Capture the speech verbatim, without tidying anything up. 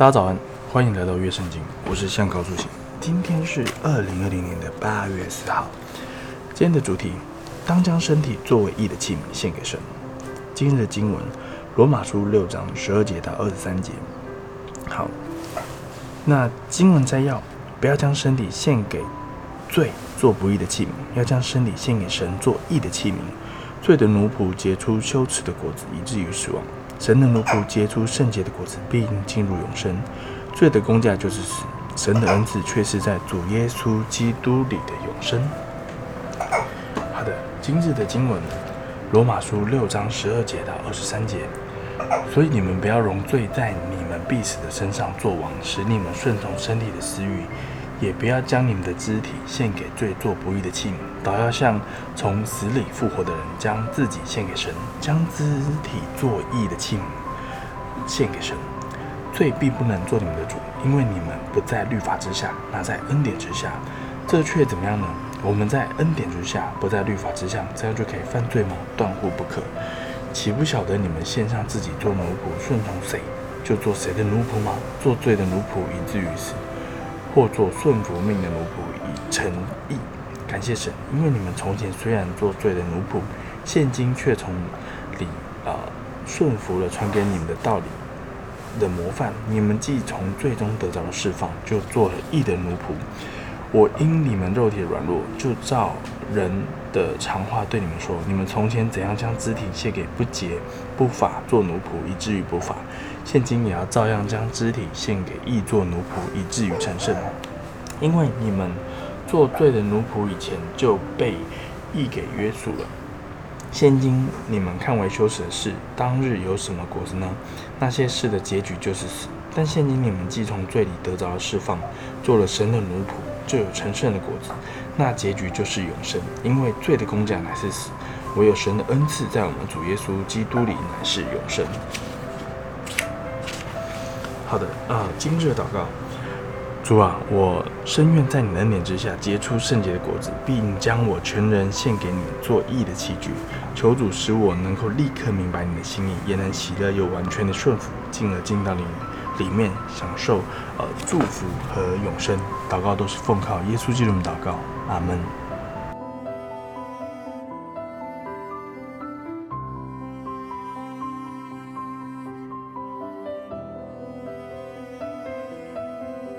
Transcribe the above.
大家早安，欢迎来到乐圣经，我是向高出行。今天是二零二零年的八月四号。今天的主题：当将身体作为义的器皿献给神。今日的经文：罗马书六章十二节到二十三节。好，那经文摘要：不要将身体献给罪做不义的器皿，要将身体献给神做义的器皿。罪的奴仆结出羞耻的果子，以至于死亡；神的奴仆结出圣洁的果子，必进入永生。罪的工价就是死，神的恩赐却是在主耶稣基督里的永生。好的，今日的经文，罗马书六章十二节到二十三节。所以你们不要容罪在你们必死的身上作王，使你们顺从身体的私欲，也不要将你们的肢体献给罪做不义的器皿，倒要像从死里复活的人，将自己献给神，将肢体做义的器皿献给神。罪必不能做你们的主，因为你们不在律法之下，那在恩典之下。这却怎么样呢？我们在恩典之下，不在律法之下，这样就可以犯罪吗？断乎不可。岂不晓得你们献上自己做奴仆，顺从谁，就做谁的奴仆吗？做罪的奴仆，以至于死；或做顺服命的奴仆，以成义。感谢神，因为你们从前虽然做罪的奴仆，现今却从里呃顺服了传给你们的道理的模范。你们既从罪中得着了释放，就做了义的奴仆。我因你们肉体软弱，就照人的常话对你们说：你们从前怎样将肢体献给不洁不法做奴仆，以至于不法，现今也要照样将肢体献给义做奴仆，以至于成圣。因为你们做罪的奴仆以前，就被义给约束了。现今你们看为羞耻的事，当日有什么果子呢？那些事的结局就是死。但现今你们既从罪里得着了释放，做了神的奴仆，就有成圣的果子，那结局就是永生。因为罪的工价乃是死，唯有神的恩赐在我们主耶稣基督里乃是永生。好的，呃，今日的祷告：主啊，我深愿在你的恩典之下结出圣洁的果子，并将我全人献给你做义的器具。求主使我能够立刻明白你的心意，也能喜乐又完全的顺服，进而进到你里面享受呃祝福和永生。祷告都是奉靠耶稣基督的祷告，阿们。